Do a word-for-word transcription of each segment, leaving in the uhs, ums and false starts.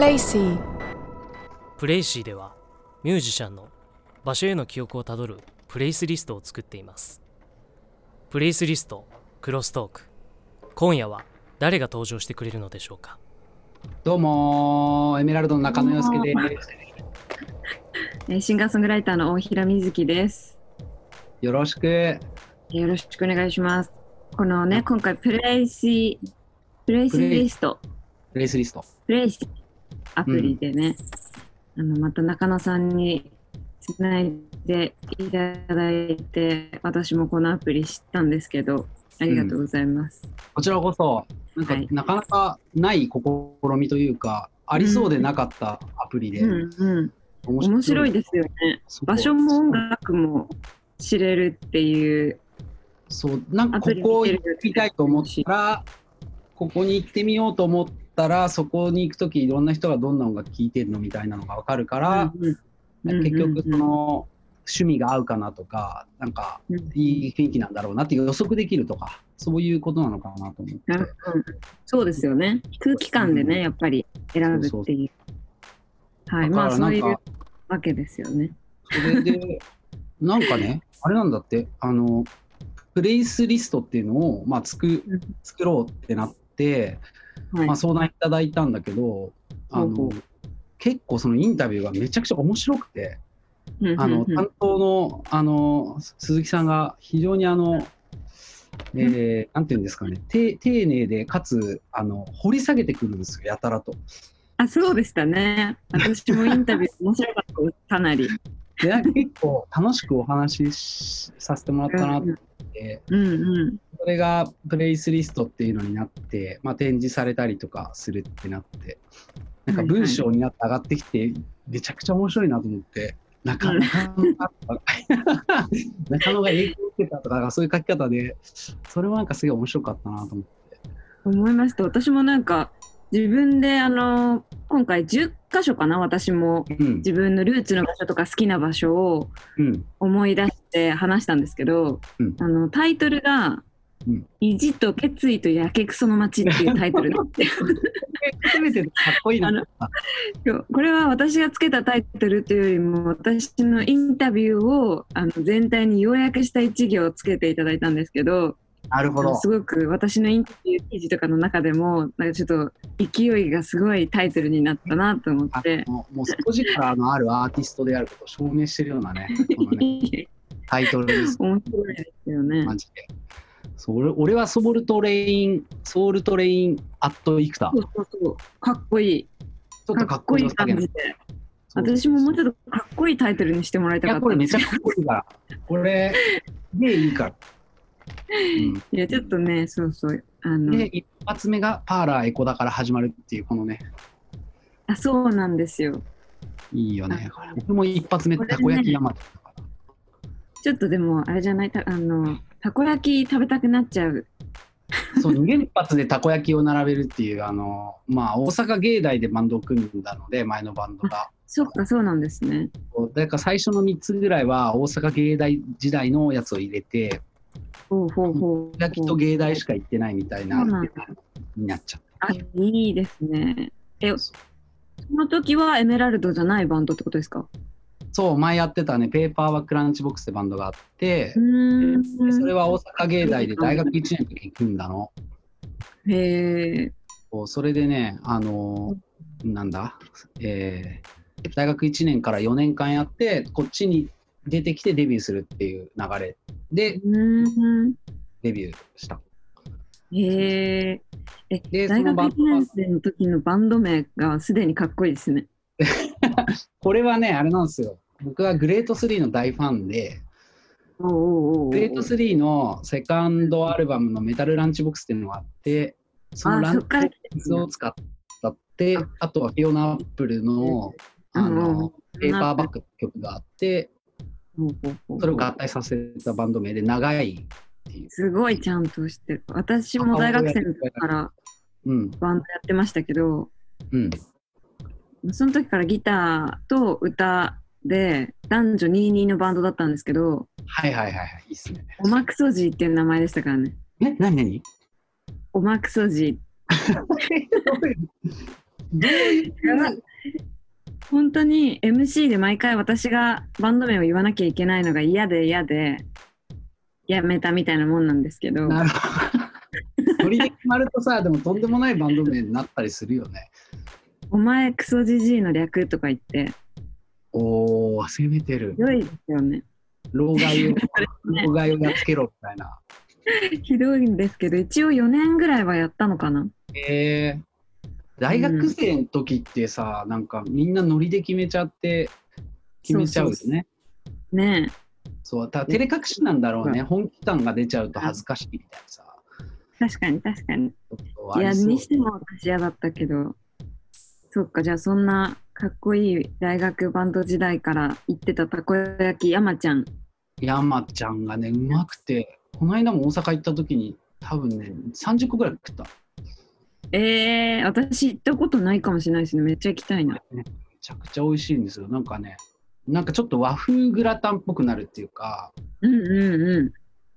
プレイシープレイシーではミュージシャンの場所への記憶をたどるプレイスリストを作っています。プレイスリストクロストーク、今夜は誰が登場してくれるのでしょうか。 どうもエメラルドの中野洋介です。 えーシンガーソングライターの大平瑞希です。 よろしく。 よろしくお願いします。このね、今回プレイシープレイスリストプレイスリストプレイシーアプリでね、うん、あのまた中野さんにつないでいただいて、私もこのアプリ知ったんですけど、ありがとうございます。うん、 こちらこそなんか、はい、なかなかない試みというか、ありそうでなかったアプリで、 うんうんうん、面白い、面白いですよね。場所も音楽も知れるっていう。 そうなんかここ行きたいと思ったら、ここに行ってみようと思ったら、そこに行くときいろんな人がどんな音楽聴いてるのみたいなのが分かるから、うんうん、結局その趣味が合うかなとか、なんかいい雰囲気なんだろうなって予測できるとか、そういうことなのかなと思って、うんうん、 そうですよね。空気感でね、うん、やっぱり選ぶっていう、はい、まあそういうわけですよね。 それでなんかね、あれなんだって、あのプレイスリストっていうのを、まあ、作, 作ろうってなって、はい、まあ、相談いただいたんだけど、あの、うん、結構そのインタビューがめちゃくちゃ面白くて、うん、あの担当 の, あの鈴木さんが非常にあの、えー、なんていうんですかね、丁寧でかつあの掘り下げてくるんですよ、やたらと。 あ、そうでしたね。私もインタビュー面白かったです、かなり。 で結構楽しくお話しさせてもらったなと思って、うんうん、それがプレイスリストっていうのになって、まあ、展示されたりとかするってなって、なんか文章になって上がってきて、はいはい、めちゃくちゃ面白いなと思って、なかなか中野が影響を受けたとか、そういう書き方で、それはなんかすごい面白かったなと思って。 思いました。私もなんか自分であの今回じゅっかしょかな、私も、うん、自分のルーツの場所とか好きな場所を思い出して話したんですけど、うん、あのタイトルが、うん、意地と決意とやけくその街っていうタイトルなんでせめてかっこいいな。 これは私がつけたタイトルっていうよりも、私のインタビューをあの全体に要約した一行をつけていただいたんですけど、 なるほど。 すごく私のインタビュー記事とかの中でもなんかちょっと勢いがすごいタイトルになったなと思って、 もう底力のあるアーティストであることを証明してるようなね、このねタイトルです。 面白いですよね。 マジで。そう、俺はソウルトレインソウルトレインアットイクタ。 そうそうそう、かっこいい。 ちょっとかっこいい感じで。私ももうちょっとかっこいいタイトルにしてもらいたかった。 いや、これめちゃかっこいいから。これでいいから。 うん、いやちょっとね、そうそうあので一発目がパーラーエコだから始まるっていうこのね。 あ、そうなんですよ。 いいよね。僕も一発目たこ焼き山、ね、 ちょっとでもあれじゃない、たあのたこ焼き食べたくなっちゃう。 そう、に連発でたこ焼きを並べるっていうあのまあ大阪芸大でバンドを組んだので、前のバンドが。 そっか、そうなんですね。 だから最初のみっつぐらいは大阪芸大時代のやつを入れて。 ほうほうほう、 焼きと芸大しか行ってないみたいなになっちゃった。 あ、いいですね。え、その時はエメラルドじゃないバンドってことですか？ そう、前やってたね、ペーパーはクランチボックスってバンドがあって、うんでそれは大阪芸大で大学いちねんの時に組んだの。 へえ。 それでね、あのなんだ、えー、大学いちねんからよねんかんやって、こっちに出てきてデビューするっていう流れでデビューした。 へえ。え、大学いちねん生の時のバンド名がすでにかっこいいですね。 これはね、あれなんですよ。僕はグレートスリーの大ファンで、おうおうおうおう、グレートスリーのセカンドアルバムのメタルランチボックスっていうのがあって、そのランチボックスを使ったって、あ, あとはフィオナ・アップルの、あのペーパーバックって曲があって、それを合体させたバンド名で長いっていう。 すごいちゃんとしてる。私も大学生の時からバンドやってましたけど、うん、その時からギターと歌で男女にじゅうにのバンドだったんですけど、 はいはいはいはい、いいっすね。 オマクソジーっていう名前でしたからね。 え、何何？ オマクソジーどういう本当に エムシー で毎回私がバンド名を言わなきゃいけないのが嫌で嫌でやめたみたいなもんなんですけど。 なるほど。ノリで決まるとさ、でもとんでもないバンド名になったりするよね。 お前クソジジイの略とか言って。 おー、攻めてる。 ひどいですよね。 老害を、老害をやっつけろみたいな。 ひどいんですけど、一応よねんぐらいはやったのかな。 えー、大学生の時ってさ、うん、なんかみんなノリで決めちゃって決めちゃうよね。そうそうねえ。 そう、ただ照れ隠しなんだろうね。本気感が出ちゃうと恥ずかしいみたいなさ。 確かに確かに。いや、にしても私嫌だったけど。そっか、じゃあそんなかっこいい大学バンド時代から行ってたたこ焼き山ちゃん。 山ちゃんがね、うまくて、この間も大阪行った時に多分ね、さんじゅっこぐらい食った。 えー、私行ったことないかもしれないですね。めっちゃ行きたいな。 めちゃくちゃ美味しいんですよ。なんかね、なんかちょっと和風グラタンっぽくなるっていうか。 うんうんうん。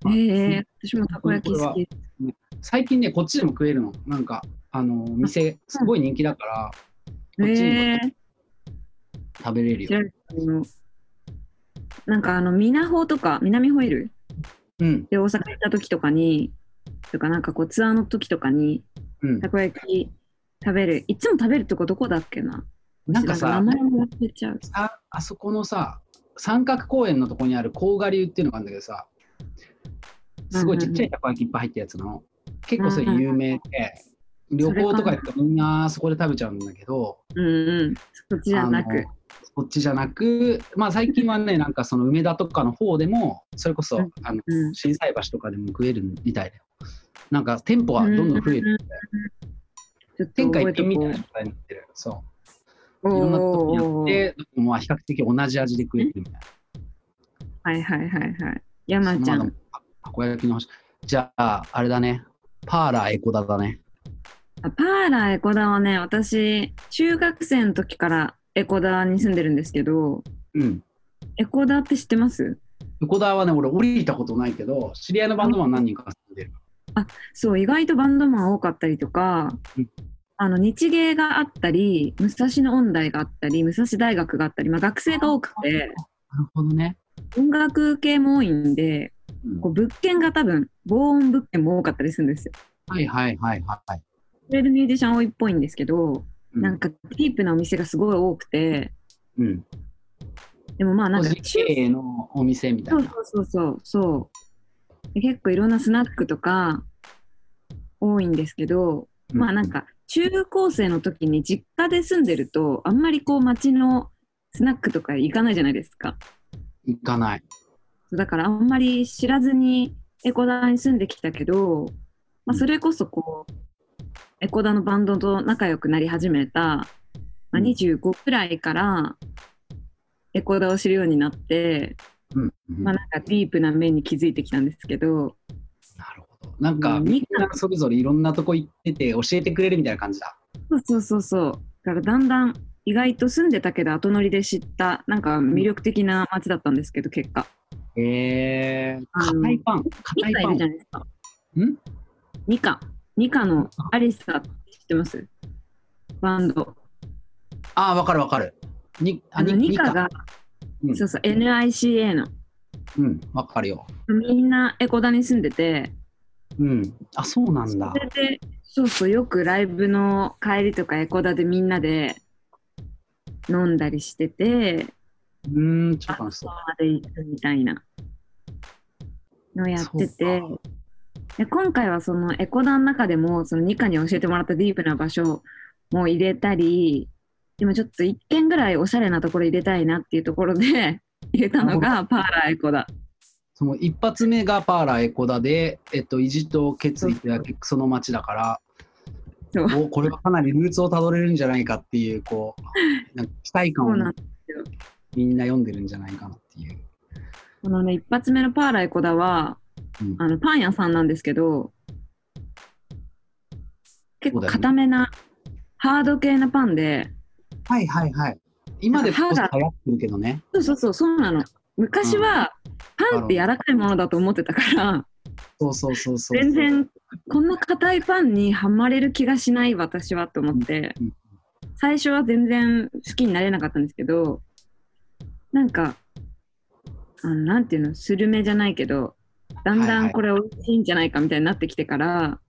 えー、私もたこ焼き好き。 最近ね、こっちでも食えるの。なんか、あの、店、すごい人気だから、こっちにも食べれるよ。えー、 なんかあの、みなほとか、南ホイール、 うん、 で大阪行った時とかに、とかなんかこうツアーの時とかに、うん、たこ焼き食べる。いつも食べるとこどこだっけな。 なんかさ、 名前も忘れちゃう。 あ、あそこのさ、三角公園のとこにある甲賀流っていうのがあるんだけどさ、すごいちっちゃいたこ焼きいっぱい入ったやつの、結構それ有名で、旅行とか行くとみんなそこで食べちゃうんだけど、 うんうん、そっちじゃなく。 そっちじゃなく、まあ最近はね、なんかその梅田とかの方でも、それこそ、うん、あの、うん、心斎橋とかでも食えるみたいだよ。なんか店舗はどんどん増えるみたいな。天下一品みたいな状態になってる。そう。いろんなとこにあって、まあ比較的同じ味で食えるみたいな。 はいはいはいはい。山ちゃん。 たこ焼きの話。じゃあ、あれだね。パーラーエコダだね。 パーラーエコダはね、私、中学生の時からエコダに住んでるんですけど、 うん。 エコダって知ってます？ エコダはね、俺降りたことないけど、知り合いのバンドマン何人か住んでる。 あ、そう、意外とバンドマン多かったりとか、うん、あの日芸があったり、武蔵野音大があったり、武蔵大学があったり、まあ、学生が多くて、 なるほどね。 音楽系も多いんで、うん、こう物件が多分、防音物件も多かったりするんですよ。 はいはいはいはい。 それでミュージシャン多いっぽいんですけど、うん、なんかディープなお店がすごい多くて、 うん、 でもまあなんか中継のお店みたいな。 そうそうそうそう結構いろんなスナックとか多いんですけど、うん、まあなんか中高生の時に実家で住んでるとあんまりこう街のスナックとか行かないじゃないですか。 行かない。 だからあんまり知らずにエコダに住んできたけど、まあ、それこそこうエコダのバンドと仲良くなり始めた、まあ、にじゅうごくらいからエコダを知るようになって、 うんうん、 まあなんかディープな面に気づいてきたんですけど。 なるほど。なんかみんなそれぞれいろんなとこ行ってて教えてくれるみたいな感じだ。 そうそうそうそう。だからだんだん意外と住んでたけど後乗りで知ったなんか魅力的な街だったんですけど、結果。 へえー。硬いパン。硬いパン。 ニカいるじゃないですか。 ん？ ニカ。ニカのアリサって知ってます？バンド。 ああ、わかるわかる。 にあのニカが、うん、そうそう、エヌアイシーエー の。 うん、わかるよ。 みんなエコダに住んでて。 うん。あ、そうなんだ。 それで、そうそう、よくライブの帰りとかエコダでみんなで飲んだりしてて、 うーん、ちょっとそう。まで行くみたいなのやってて。で今回はそのエコダの中でもそのニカに教えてもらったディープな場所も入れたり、でもちょっと一軒ぐらいおしゃれなところ入れたいなっていうところで入れたのがパーラーエコダ。 その一発目がパーラーエコダで、えっと、意地と決意とやけくその街だから、そうおこれはかなりルーツをたどれるんじゃないかっていう、こう、なんか期待感をみんな読んでるんじゃないかなっていう。 このね、一発目のパーラーエコダは、うん、あのパン屋さんなんですけど、結構固めな、ハード系なパンで、 はいはいはい。今でこそ流行ってるけどね。 そうそうそう、そうなの。昔はパンって柔らかいものだと思ってたから、うん、 そうそうそうそう。 全然こんな硬いパンにはまれる気がしない私はと思って、うんうん、 最初は全然好きになれなかったんですけど、なんか、あのなんていうの、スルメじゃないけど、だんだんこれ美味しいんじゃないかみたいになってきてから、はいはい、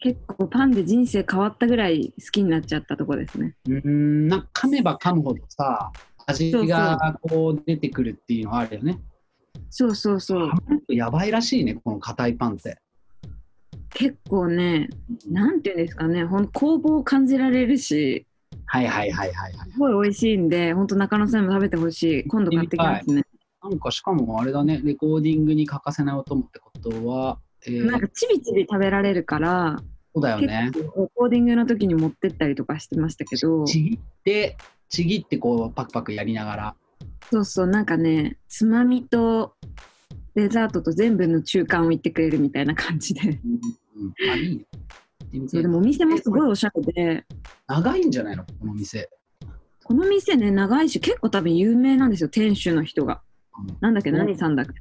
結構パンで人生変わったぐらい好きになっちゃったとこですね。 うーん、なんか噛めば噛むほどさ、味がこう出てくるっていうのはあるよね。 そうそうそう。 やばいらしいね、この硬いパンって。 結構ね、なんていうんですかね、ほん工房を感じられるし、 はいはいはいはい、はい。 すごい美味しいんで、本当中野さんも食べてほしい。今度買ってきますね。 なんかしかもあれだね、レコーディングに欠かせないお供ってことは、 えー、なんかちびちび食べられるから、 そうだよね。 レコーディングの時に持ってったりとかしてましたけど、 ちぎってちぎってこうパクパクやりながら、 そうそう、なんかね、つまみとデザートと全部の中間を言ってくれるみたいな感じで、うんうん、あ、いいね。 そうでもお店もすごいおしゃれで、 長いんじゃないのこの店。 この店ね、長いし結構多分有名なんですよ、店主の人が。うん、なんだっけ、何さんだっけ。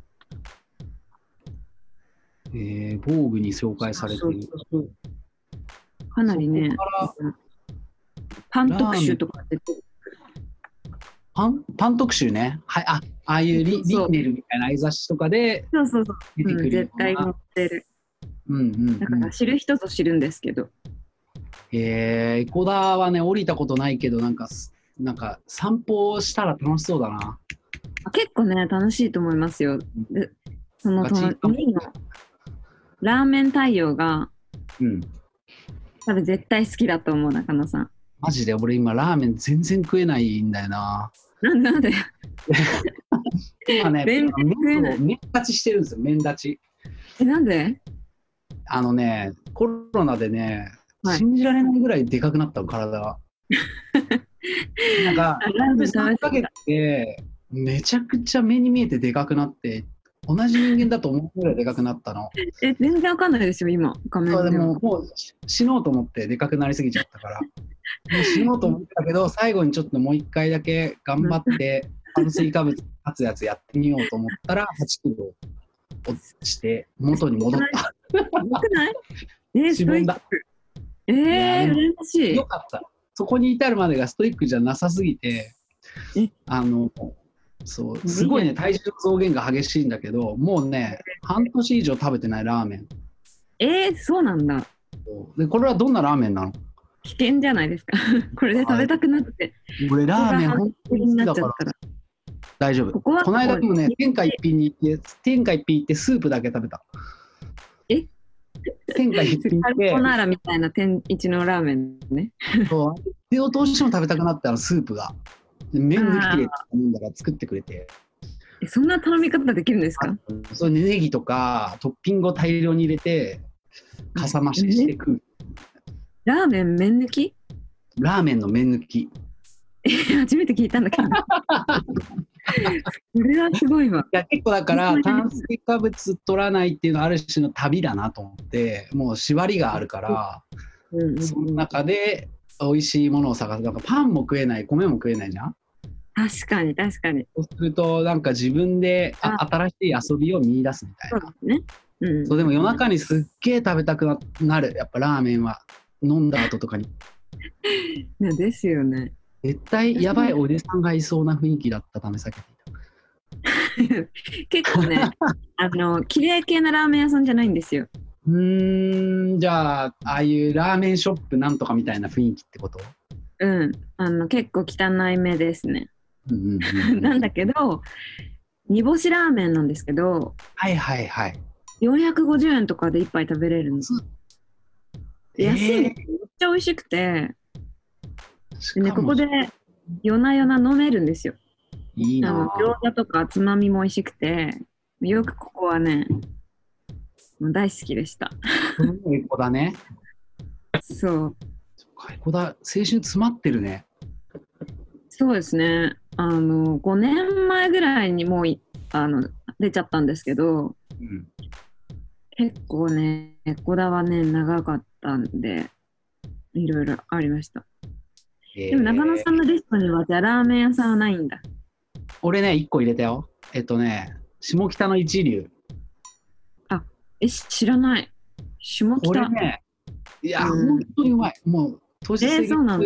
えー、防具に紹介されてる。そうそうそう、 かなりね、パン特集とか出てる。 パン、パン特集ね。はい、あ、ああいうリ、リネルみたいな相雑誌とかでそうそうそう出てくる、うん、絶対載ってる。 うんうんうん、 だから知る人ぞ知るんですけど。 えー、エコダはね、降りたことないけど、なんか、なんか散歩したら楽しそうだな。 結構ね、楽しいと思いますよ。でその、その、のラーメン太陽が、うん、多分絶対好きだと思う、中野さん。 マジで俺今ラーメン全然食えないんだよな。 なんでなんで今ね、麺立ちしてるんですよ、麺立ち。 え、なんで？ あのね、コロナでね、はい、信じられないぐらいでかくなったの、体が。なんか、さんかげつでめちゃくちゃ目に見えてでかくなって、同じ人間だと思うぐらいでかくなったの。 え、全然わかんないですよ、今、画面で。 そうでも、もう死のうと思ってでかくなりすぎちゃったから。もう死のうと思ったけど、最後にちょっともう一回だけ頑張って、炭水化物立つやつやってみようと思ったら、はちキロ落ちて、元に戻った。 よくない？えー、 しぼんだ。 えー、羨ましい。 よかった。そこに至るまでがストイックじゃなさすぎて、あの、そう、すごいね、体重増減が激しいんだけど、もうね、半年以上食べてないラーメン。 えー、そうなんだ。 で、これはどんなラーメンなの？ 危険じゃないですか。これで食べたくなって。 俺、ラーメン本当に好きだから大丈夫。ここはこの間でもね、天下一品に行って、天下一品行ってスープだけ食べた。 え天下一品カルボナーラみたいな天一のラーメンね。 そう。で、どうしても食べたくなったらスープが。麺抜きで頼んだら作ってくれて。 え、そんな頼み方できるんですか？ そう、ネギとかトッピングを大量に入れて、かさ増しして食う。 ラーメン麺抜き？ ラーメンの麺抜き。 え、初めて聞いたんだけど。それはすごいわ。いや、結構だから炭水化物取らないっていうのはある種の旅だなと思って、もう縛りがあるから、うんうんうん、その中で美味しいものを探す。なんかパンも食えない、米も食えないじゃん。 確かに確かに。 そうするとなんか自分であ新しい遊びを見出すみたいな。 そうですね。うん、 そうでも夜中にすっげえ食べたくなる。やっぱラーメンは飲んだ後とかに。 ですよね。 絶対やばいおじさんがいそうな雰囲気だったため避けていた。結構ね、あの綺麗系なラーメン屋さんじゃないんですよ。 うーん、じゃあああいうラーメンショップなんとかみたいな雰囲気ってこと？ うん、あの結構汚い目ですね。うんうんうんうん、なんだけど煮干しラーメンなんですけど、 はいはいはい。 よんひゃくごじゅうえんとかで一杯食べれるんです。安いの、めっちゃ美味しくて、でね、ここで夜な夜な飲めるんですよ。 いいな。 あの餃子とかつまみも美味しくて、よくここはね、もう大好きでした。 エコだね。 そう。 エコだ、青春詰まってるね。 そうですね。あのごねんまえぐらいにもうあの出ちゃったんですけど、うん、結構ね、エコダはね長かったんで、いろいろありました。でも中野さんのリストにはじゃあラーメン屋さんはないんだ。 俺ね、いっこ入れたよ。えっとね、下北の一流。 あ、え、知らない。下北。 俺ね、いや、うん、本当にうまい。もう、当日えー、そうなんだ。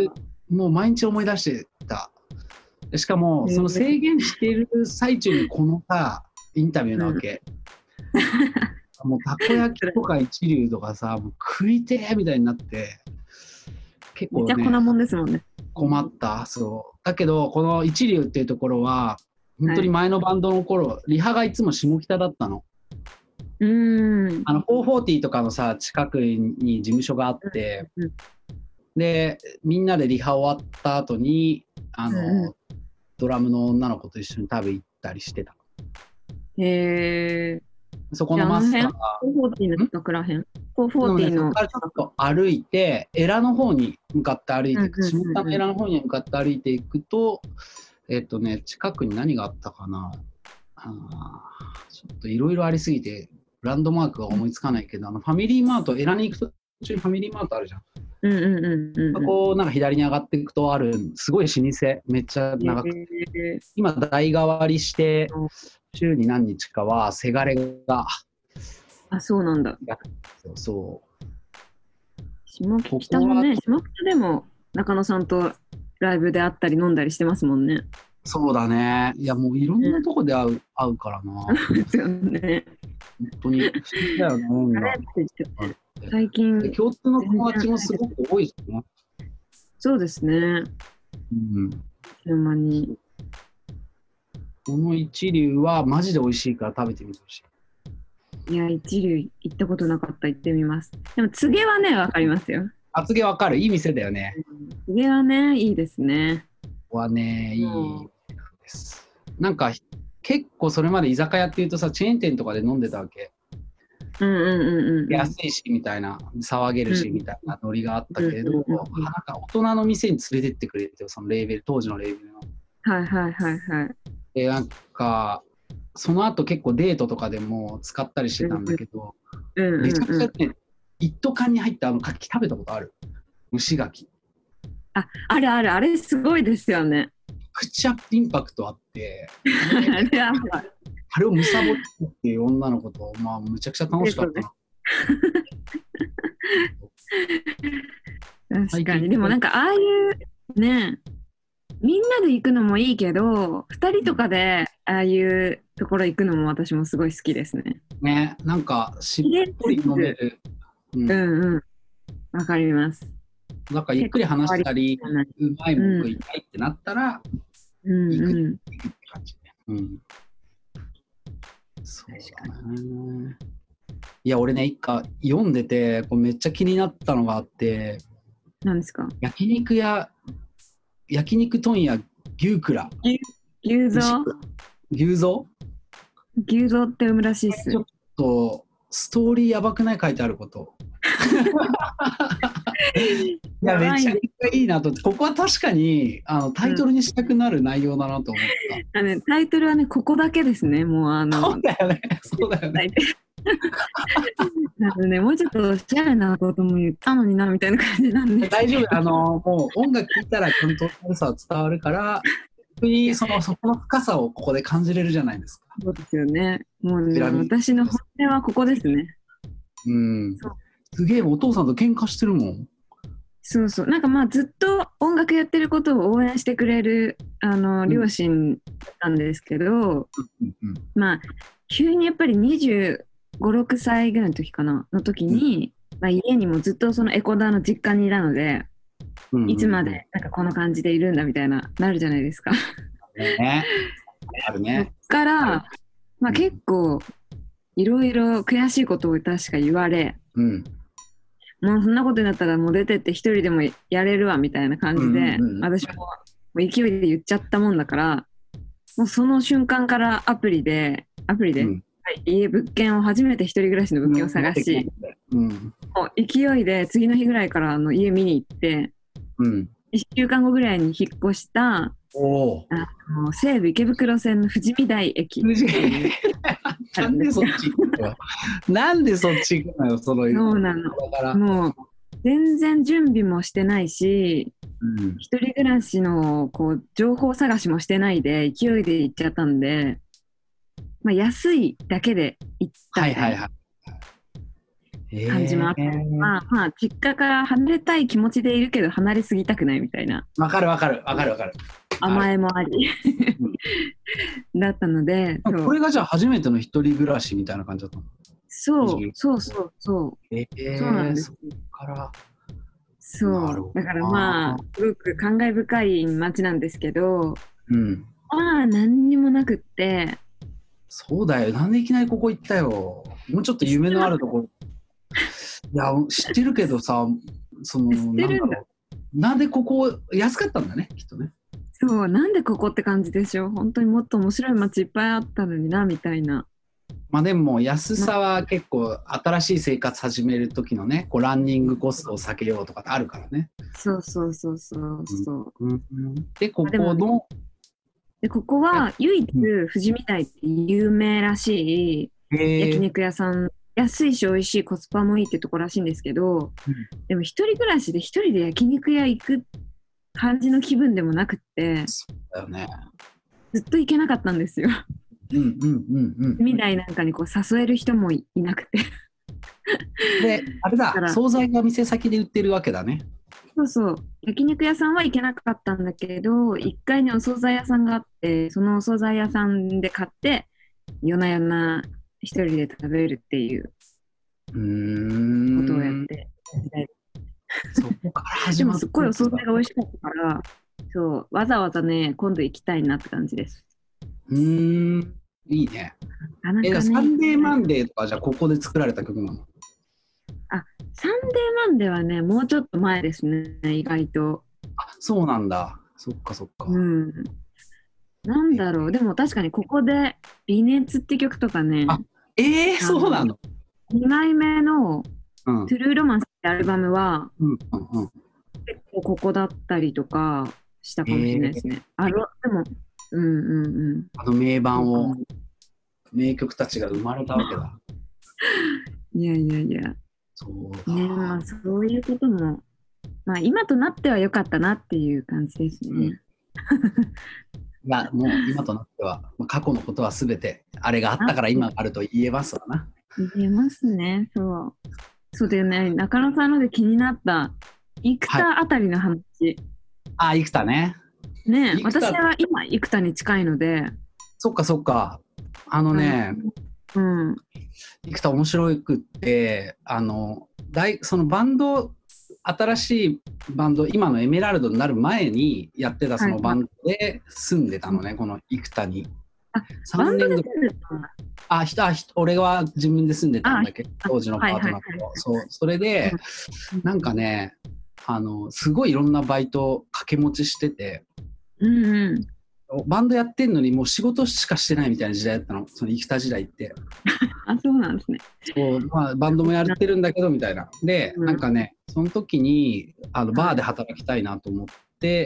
もう毎日思い出してた。しかもその制限している最中にこのさインタビューなわけ、うん、もうたこ焼きとか一流とかさもう食いてーみたいになって結構ねめっちゃ粉もんですもんね。 困った。そうだけどこの一流っていうところは本当に前のバンドの頃、はい、リハがいつも下北だったの。 うーんあのフォーフォーティーとかのさ近くに事務所があって、うん、でみんなでリハ終わった後にあの、うん、ドラムの女の子と一緒に食べ行ったりしてた。 へー。 そこのマスターがフォーフォーティーの近くらへん。フォーフォーティーの、 そこからちょっと歩いてエラの方に向かって歩いていく、下北のエラの方に向かって歩いていくとえっとね近くに何があったかなあちょっといろいろありすぎてランドマークが思いつかないけど、あのファミリーマート、エラに行くと途中にファミリーマートあるじゃん。 うんうんうんうん、 そこをなんか左に上がっていくとあるすごい老舗、めっちゃ長くて、えー、今代替わりして週に何日かはせがれがあそうなんだ。 そうそう。 下北もね、下北でも中野さんとライブで会ったり飲んだりしてますもんね。 そうだね。いやもういろんなとこで会う、うん、会うからな。 ですよね。 本当に不思議だよね。 最近共通の友達もすごく多いしね。 そうですね。 うん。 ほんまに。 この一流はマジで美味しいから食べてみてほしい。いや一流行ったことなかった。行ってみます。でもつげはねわかりますよ。 あつげわかる。いい店だよね。 つげはねいいですね。 はねいいです。なんか結構それまで居酒屋っていうとさチェーン店とかで飲んでたわけ。 うんうんうんうん、 安いしみたいな騒げるしみたいなノリがあったけど、うんうんうんうん、なんか大人の店に連れてってくれてそのレーベル当時のレーベルの。 はいはいはいはい。 でなんかその後結構デートとかでも使ったりしてたんだけど、うんうんうん、めちゃくちゃね一斗缶に入ったあの牡蠣食べたことある？蒸し牡蠣。 あ、あるあるあれすごいですよね。 めちゃくちゃインパクトあってあれはあれをむさぼってっていう女の子と、まあ、むちゃくちゃ楽しかったな。確かに。でもなんかああいうね、みんなで行くのもいいけど、ふたりとかでああいうところ行くのも私もすごい好きですね。 ね、なんかしっぽり飲める。 うんうん。わかります。 なんかゆっくり話したり、うまいもん食いたいってなったら、 うん、 行く、 うんうん、 って感じね。うん。そうだね。いや俺ね一回読んでてこうめっちゃ気になったのがあって。 何ですか？ 焼肉屋焼肉問屋牛蔵。 牛蔵？ 牛蔵？ 牛蔵って読むらしいっす。 ちょっとストーリーやばくない書いてあること。いやめちゃくちゃいいなと。ここは確かにあのタイトルにしたくなる内容だなと思った。 うん、あね、タイトルはねここだけですね。もうあのそうだよね。そうだよね。 なので、ね、もうちょっとおしゃれなことも言ったのになみたいな感じなんで。 大丈夫。あのもう音楽聴いたらちゃんと良さは伝わるから。そのそこの深さをここで感じれるじゃないですか。 そうですよね。もうね私の本音はここですね。 うん。すげえお父さんと喧嘩してるもん。 そうそう。なんかまあずっと音楽やってることを応援してくれるあの両親なんですけど、うんうんうん、まあ急にやっぱりにじゅうご、ろくさいぐらいの時かなの時に、うんまあ、家にもずっとそのエコダーの実家にいたので、うんうん、いつまでなんかこの感じでいるんだみたいななるじゃないですか。 ね、あるね。 そっから、まあ、結構いろいろ悔しいことを確か言われ、うん、もうそんなことになったらもう出てって一人でもやれるわみたいな感じで、うんうんうん、私ももう勢いで言っちゃったもんだからもうその瞬間からアプリでアプリで、うんはい、家物件を初めて一人暮らしの物件を探し、うん、もう勢いで次の日ぐらいからあの家見に行って、うん、いっしゅうかんごぐらいに引っ越したおあの西武池袋線の富士見台駅なんでそっち行くのなんでそっち行くのよそのそうなのだからもう全然準備もしてないし、うん、一人暮らしのこう情報探しもしてないで勢いで行っちゃったんで、まあ、安いだけで行ったみたいな、はいはいはい、 感じもあって、えー、まあまあ実家から離れたい気持ちでいるけど離れすぎたくないみたいな。 わかるわかるわかるわかる。 甘えもありだったので、 これがじゃあ初めての一人暮らしみたいな感じだったの？ そうそうそうそう。 えー、 そうなんです。 そっからそうだからまあすごく感慨深い街なんですけど、 うん、 まあ何にもなくって。 そうだよ、なんでいきなりここ行ったよ。もうちょっと夢のあるところ。いや知ってるけどさ、そのなんだろう、なんでここ安かったんだねきっとね。 そうなんでここって感じでしょ。本当にもっと面白い街いっぱいあったのになみたいな。 まあでも安さは結構新しい生活始める時のね、こうランニングコストを避けようとかってあるからね。 そうそうそうそうそう、 うんうん、でここのでここは唯一富士見台って有名らしい焼肉屋さん、安いし美味しい、コスパもいいってとこらしいんですけど、うん、でも一人暮らしで一人で焼肉屋行く感じの気分でもなくって、 そうだよね、 ずっと行けなかったんですよ。 うんうんうんうん。 みたいなんかにこう誘える人も い, いなくてで、あれだ、惣菜が店先で売ってるわけだね。 そうそう、焼肉屋さんは行けなかったんだけど、いっかいにお惣菜屋さんがあって、そのお惣菜屋さんで買って夜な夜な一人で食べるっていうことをやってそこから始まった。 でもすっごいお惣菜が美味しかったから、そうわざわざね今度行きたいなって感じです。 うーん、いいね。なかなかね、え、サンデーマンデーとかじゃあここで作られた曲なの？ あ、サンデーマンデーはねもうちょっと前ですね、意外と。 あ、そうなんだ。そっかそっか。 うん。なんだろう、でも確かにここで微熱って曲とかね。 あ、えー、そうなの？ にまいめの、うん、トゥルーロマンスってアルバムは、うんうんうん、結構ここだったりとかしたかもしれないですね。えー、あのでも、うんうんうん。 あの名盤を、名曲たちが生まれたわけだ。 いやいやいや。そうね、まあそういうことも、まあ今となっては良かったなっていう感じですね。うん、いや、もう今となっては、過去のことはすべて、あれがあったから今あると言えますわな。 言えますね、そう。そうだよね、中野さんので気になった生田あたりの話。はい、 あ、生田ね。 ね、私は今生田に近いので。 そっかそっか。あのね、 うん、 生田面白くって、あの大そのバンド、新しいバンド、今のエメラルドになる前にやってたそのバンドで住んでたのね、はい、この生田に。 あ、バンドで住んでたんだ。 あ、ひあひ俺は自分で住んでたんだけど、当時のパートナーと、はいはいはい、そう、それで、うん、なんかね、あのすごいいろんなバイト掛け持ちしてて、 うんうん、 バンドやってんのにもう仕事しかしてないみたいな時代だったの、その生田時代って。 あ、そうなんですね。 そう、まあ、バンドもやってるんだけどみたいな。で、うん、なんかね、その時にあのバーで働きたいなと思って、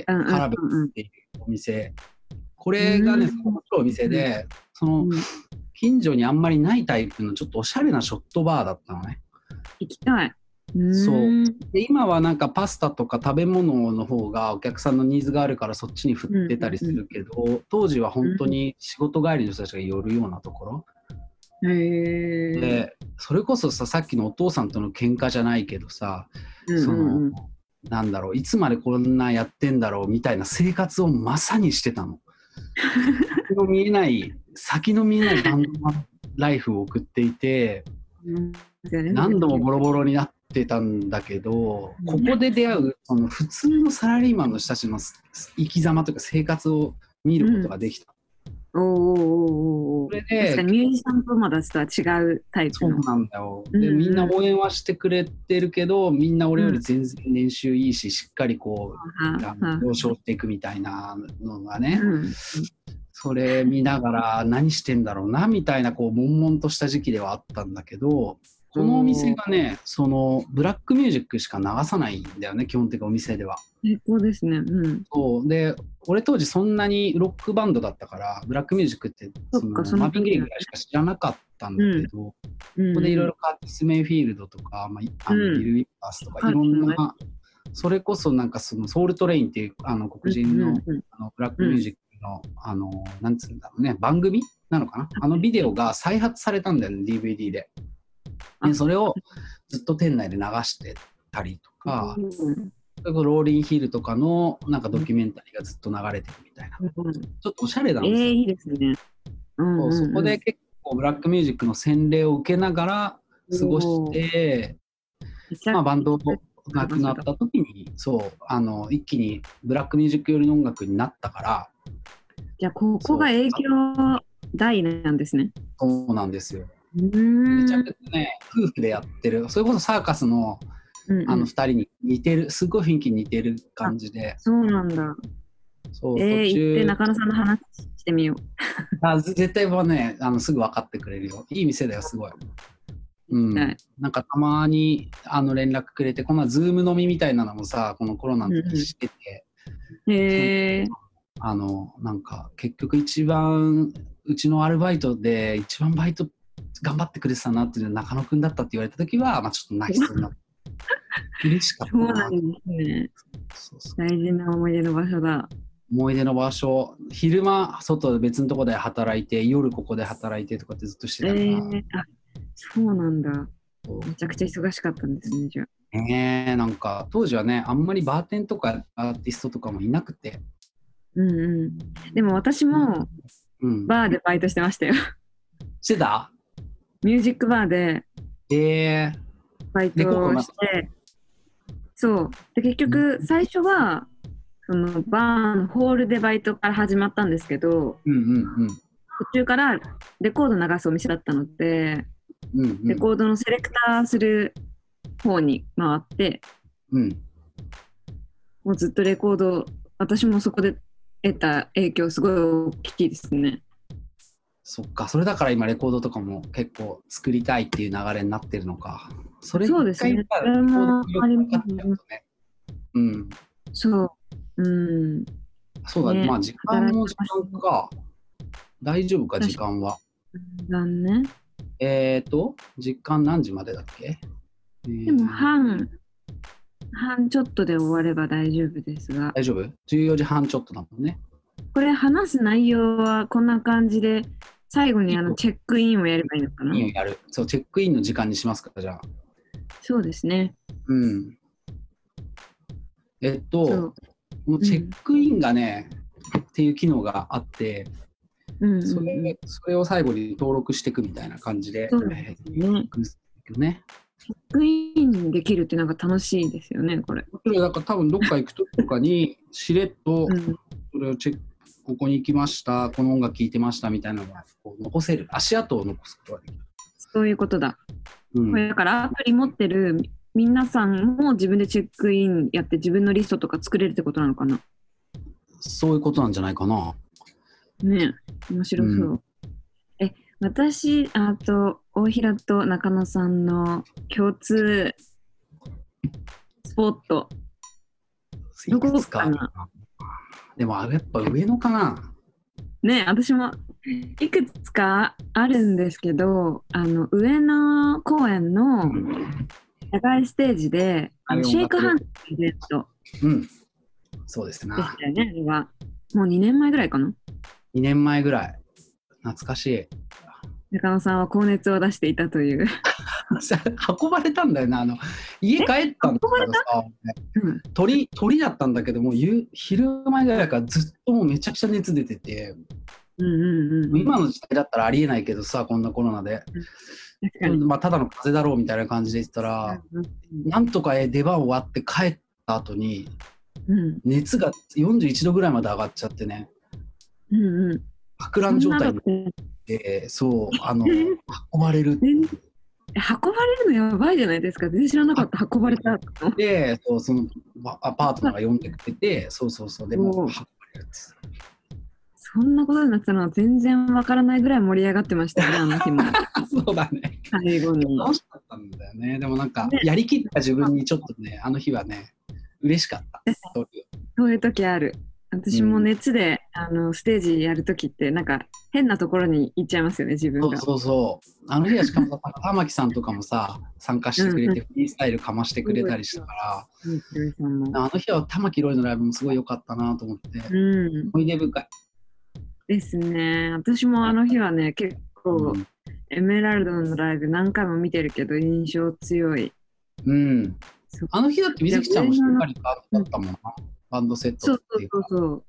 うん、カラベっていうお店、これがね、面白いお店で、その近所にあんまりないタイプのちょっとおしゃれなショットバーだったのね。 行きたい。 そうで今はなんかパスタとか食べ物の方がお客さんのニーズがあるからそっちに振ってたりするけど、うんうんうん、当時は本当に仕事帰りの人たちが寄るようなところ、 うん、 でそれこそさ、さっきのお父さんとの喧嘩じゃないけどさ、うんうん、そのなんだろう、いつまでこんなやってんだろうみたいな生活をまさにしてたの。先の見えない先の見えないバンドライフを送っていて、うん、何度もボロボロになっててたんだけど、ここで出会うその普通のサラリーマンの人たちの生き様というか生活を見ることができた。 うん、おーおーおーおー、それで確かにミュージシャン友達とは違うタイプの。 そうなんだよ。で、みんな応援はしてくれてるけど、みんな俺より全然年収いいし、しっかりこう上昇していくみたいなのがね、うん、それ見ながら何してんだろうなみたいなこう悶々とした時期ではあったんだけど、このお店がね、そのブラックミュージックしか流さないんだよね、基本的にお店では。 最高ですね。うん。 そうで、俺当時そんなにロックバンドだったから、ブラックミュージックってそのマーヴィン・ゲイぐらいしか知らなかったんだけど、うん、ここでいろいろカーティス・メイフィールドとか、まあ、あのビル・ウィッパースとか、いろんな、うん、それこそなんかそのソウルトレインっていうあの黒人 の,、うんうんうん、あのブラックミュージックの、うん、あのなんつうんだろうね、番組なのかな、あのビデオが再発されたんだよね、ディーブイディー で。でそれをずっと店内で流してたりとか、うん、それこそローリンヒルとかのなんかドキュメンタリーがずっと流れてるみたいな、うん、ちょっとおしゃれなんですよ。 えー、いいですね。うんうんうん、 そうそこで結構ブラックミュージックの洗礼を受けながら過ごして、まあ、バンドがなくなった時にそうあの一気にブラックミュージック寄りの音楽になったから、 じゃあここが影響大なんですね。 そうなんですよ。めちゃくちゃね夫婦でやってる、それこそサーカスの、うんうん、あのふたりに似てる、すごい雰囲気に似てる感じで。 そうなんだ。そうえー、途中行って中野さんの話してみよう。 あ絶対はねあのすぐ分かってくれるよ。いい店だよすごい。うん、はい、なんかたまにあの連絡くれて、こんなズーム飲みみたいなのもさこのコロナの時してて、 うん、へー、 あのなんか結局一番うちのアルバイトで一番バイト頑張ってくれてたなっていうのは中野くんだったって言われた時は、まあ、ちょっと泣きそうになって嬉しかったな。 そうなんですね。そうそう大事な思い出の場所だ。 思い出の場所、昼間外で別のとこで働いて夜ここで働いてとかってずっとしてたから、えー、 あそうなんだ。めちゃくちゃ忙しかったんですねじゃあ。 ねえ、なんか当時はねあんまりバーテンとかアーティストとかもいなくて、 うんうん、でも私もバーでバイトしてましたよ。 してた？ ミュージックバーでバイトをして、えー、そうで結局最初はそのバーのホールでバイトから始まったんですけど、 うんうんうん、 途中からレコード流すお店だったので、うんうん、レコードのセレクターする方に回って、うん、もうずっとレコード、私もそこで得た影響すごい大きいですね。 そっか、それだから今レコードとかも結構作りたいっていう流れになってるのか。それそうですね。それもありますね。 うん。 そう。うん。 そうだね。ね、まあ時間も時間か。大丈夫か時間は。 時間ね。 えっと時間何時までだっけ？ でも半半ちょっとで終われば大丈夫ですが。 大丈夫？じゅうよじはんちょっとだもんね。 これ話す内容はこんな感じで、最後にあのチェックインをやればいいのかな？ やる。そう、チェックインの時間にしますか、じゃあ。 そうですね。 うん。えっと、このチェックインがね、うん、っていう機能があって、うんうん、それ、それを最後に登録していくみたいな感じで、 そうですね。 ね。 チェックインできるってなんか楽しいですよね、これ。 だから多分どっか行くときとかにしれっとそれをチェック、ここに行きました、この音楽聴いてましたみたいなのがこう残せる、足跡を残すことができる。 そういうことだ。うん、これだからアプリ持ってる皆さんも自分でチェックインやって自分のリストとか作れるってことなのかな？ そういうことなんじゃないかな。 ねえ、面白そう。うん、え、私、あと大平と中野さんの共通スポット。どこかな？ でもやっぱ上野かな。 ね、私もいくつかあるんですけど、あの上野公園の野外ステージで、うん、シェイクハンドのイベント、 うん、そうですね。 でしたよね。あれはもうにねんまえぐらいかな。 にねんまえぐらい。懐かしい。 中野さんは高熱を出していたという。 運ばれたんだよな、あの家帰ったんだけどさ、うん、鳥, 鳥だったんだけども夕昼前ぐらいからずっともうめちゃくちゃ熱出てて、うんうんうん、今の時代だったらありえないけどさ、こんなコロナで、うんまあ、ただの風邪だろうみたいな感じで言ったら、うんうん、なんとか出番終わって帰った後に、うん、熱がよんじゅういちどぐらいまで上がっちゃってね、うんうん、博覧状態になって、そうあの運ばれるっていう。 運ばれるのやばいじゃないですか。全然知らなかった。運ばれたので、そうそのアパートナーが呼んでくれて、そうそうそう、でも運ばれるんです。 そんなことになってたのは全然わからないぐらい盛り上がってましたね、あの日も。 そうだね。 最後に。 楽しかったんだよね。でもなんか、ね、やりきった自分にちょっとね、あの日はね、嬉しかった。 そういう時ある。私も熱で、うん、あのステージやるときってなんか変なところに行っちゃいますよね、自分が。 そうそうそう。あの日はしかも玉木さんとかもさ参加してくれて、フリースタイルかましてくれたりしたから、うん、あの日は玉木ロイのライブもすごい良かったなと思って、うん、思い出深いですね。私もあの日はね結構、うん、エメラルドのライブ何回も見てるけど印象強いうん。あの日だって水木ちゃんもしっかりバンドだったもんな。バンドセットっていうか。 そうそうそう。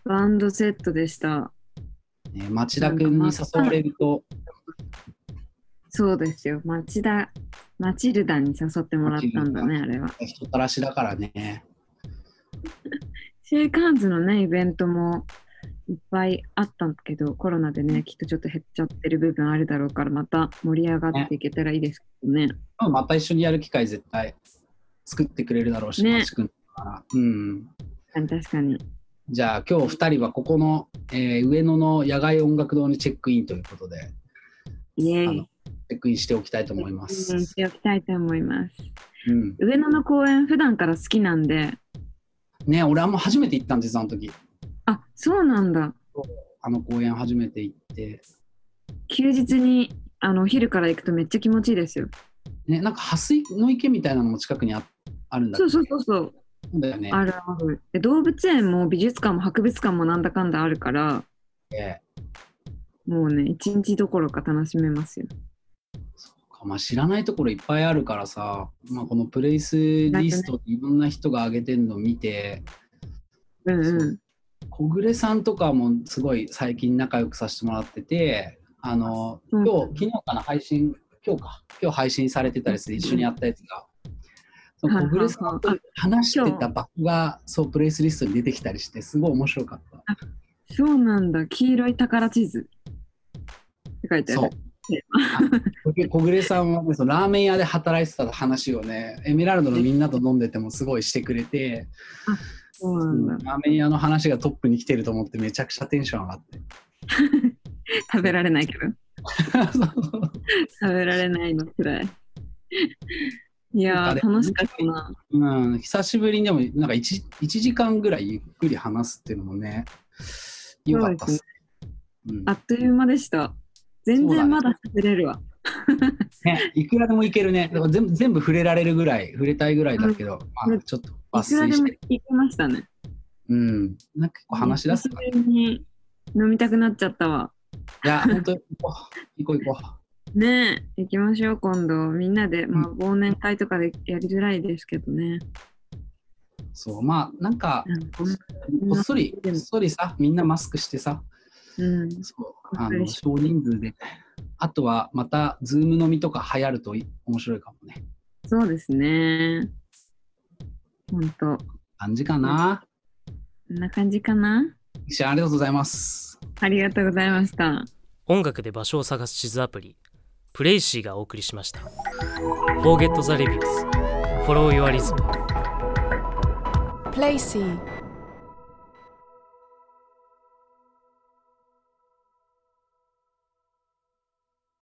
バンドセットでした。 ね、町田くんに誘われると。 そうですよ。町田、マチルダに誘ってもらったんだね、あれは。 人たらしだからね。 シェイクハンズのね、イベントもいっぱいあったんだけど、コロナでね、きっとちょっと減っちゃってる部分あるだろうから、また盛り上がっていけたらいいですけどね。ね、 また一緒にやる機会絶対作ってくれるだろうし、ね、くんから。うん。 確かに。 じゃあ今日ふたりはここの、えー、上野の野外音楽堂にチェックインということで、 イエーイ。 チェックインしておきたいと思います。 チェックインしておきたいと思います。 うん、 上野の公園普段から好きなんで。 ね、俺はもう初めて行ったんです、あの時。 あ、そうなんだ。 あの公園初めて行って。 休日にあのお昼から行くとめっちゃ気持ちいいですよ。 ね、なんか蓮水の池みたいなのも近くに あ, あるんだっけ。 そうそうそうそう。 だよね、 あるある。で動物園も美術館も博物館もなんだかんだあるから、 ええ、もうね一日どころか楽しめますよ。 そうか、まあ、知らないところいっぱいあるからさ、まあ、このプレイスリストっていろんな人が上げてるのを見て、 うんうん、 小暮さんとかもすごい最近仲良くさせてもらってて、あの今日、うん、昨日かな配信今日か今日配信されてたりして一緒にやったやつが、その小暮さんと話してた場所がそうプレイスリストに出てきたりしてすごい面白かった。 あ、そうなんだ。黄色い宝地図って書いてある。 そう小暮さんは、ね、そのラーメン屋で働いてた話をねエメラルドのみんなと飲んでてもすごいしてくれて、 あ、そうなんだ。 ラーメン屋の話がトップに来てると思ってめちゃくちゃテンション上がって食べられないけど食べられないのつらい。いやー楽しかったな、 うん、久しぶりにでもなんか 1, いちじかんぐらいゆっくり話すっていうのもねよかったっすね、 うん、あっという間でした。全然まだ喋れるわ、 ね、いくらでもいけるね。だから全部全部触れられるぐらい触れたいぐらいだけど、うん、まあ、ちょっと抜粋していくらでもいけましたね。 うん、なんか結構話し出すから、 ね、に飲みたくなっちゃったわ。 いや本当に行こう行こう行こうねえ行きましょう今度みんなで、まあ、忘年会とかでやりづらいですけどね、 うん、そうまあなんかこっそりこっそりさみんなマスクしてさ、うん、そうあの少人数であとはまたズーム飲みとか流行ると面白いかもね。 そうですね本当感じかな、 こんな感じかな。 石ちゃんありがとうございます。 ありがとうございました。 音楽で場所を探す地図アプリプレイシーがお送りしました。 Forget the Reviews Follow Your Rhythm プレイシー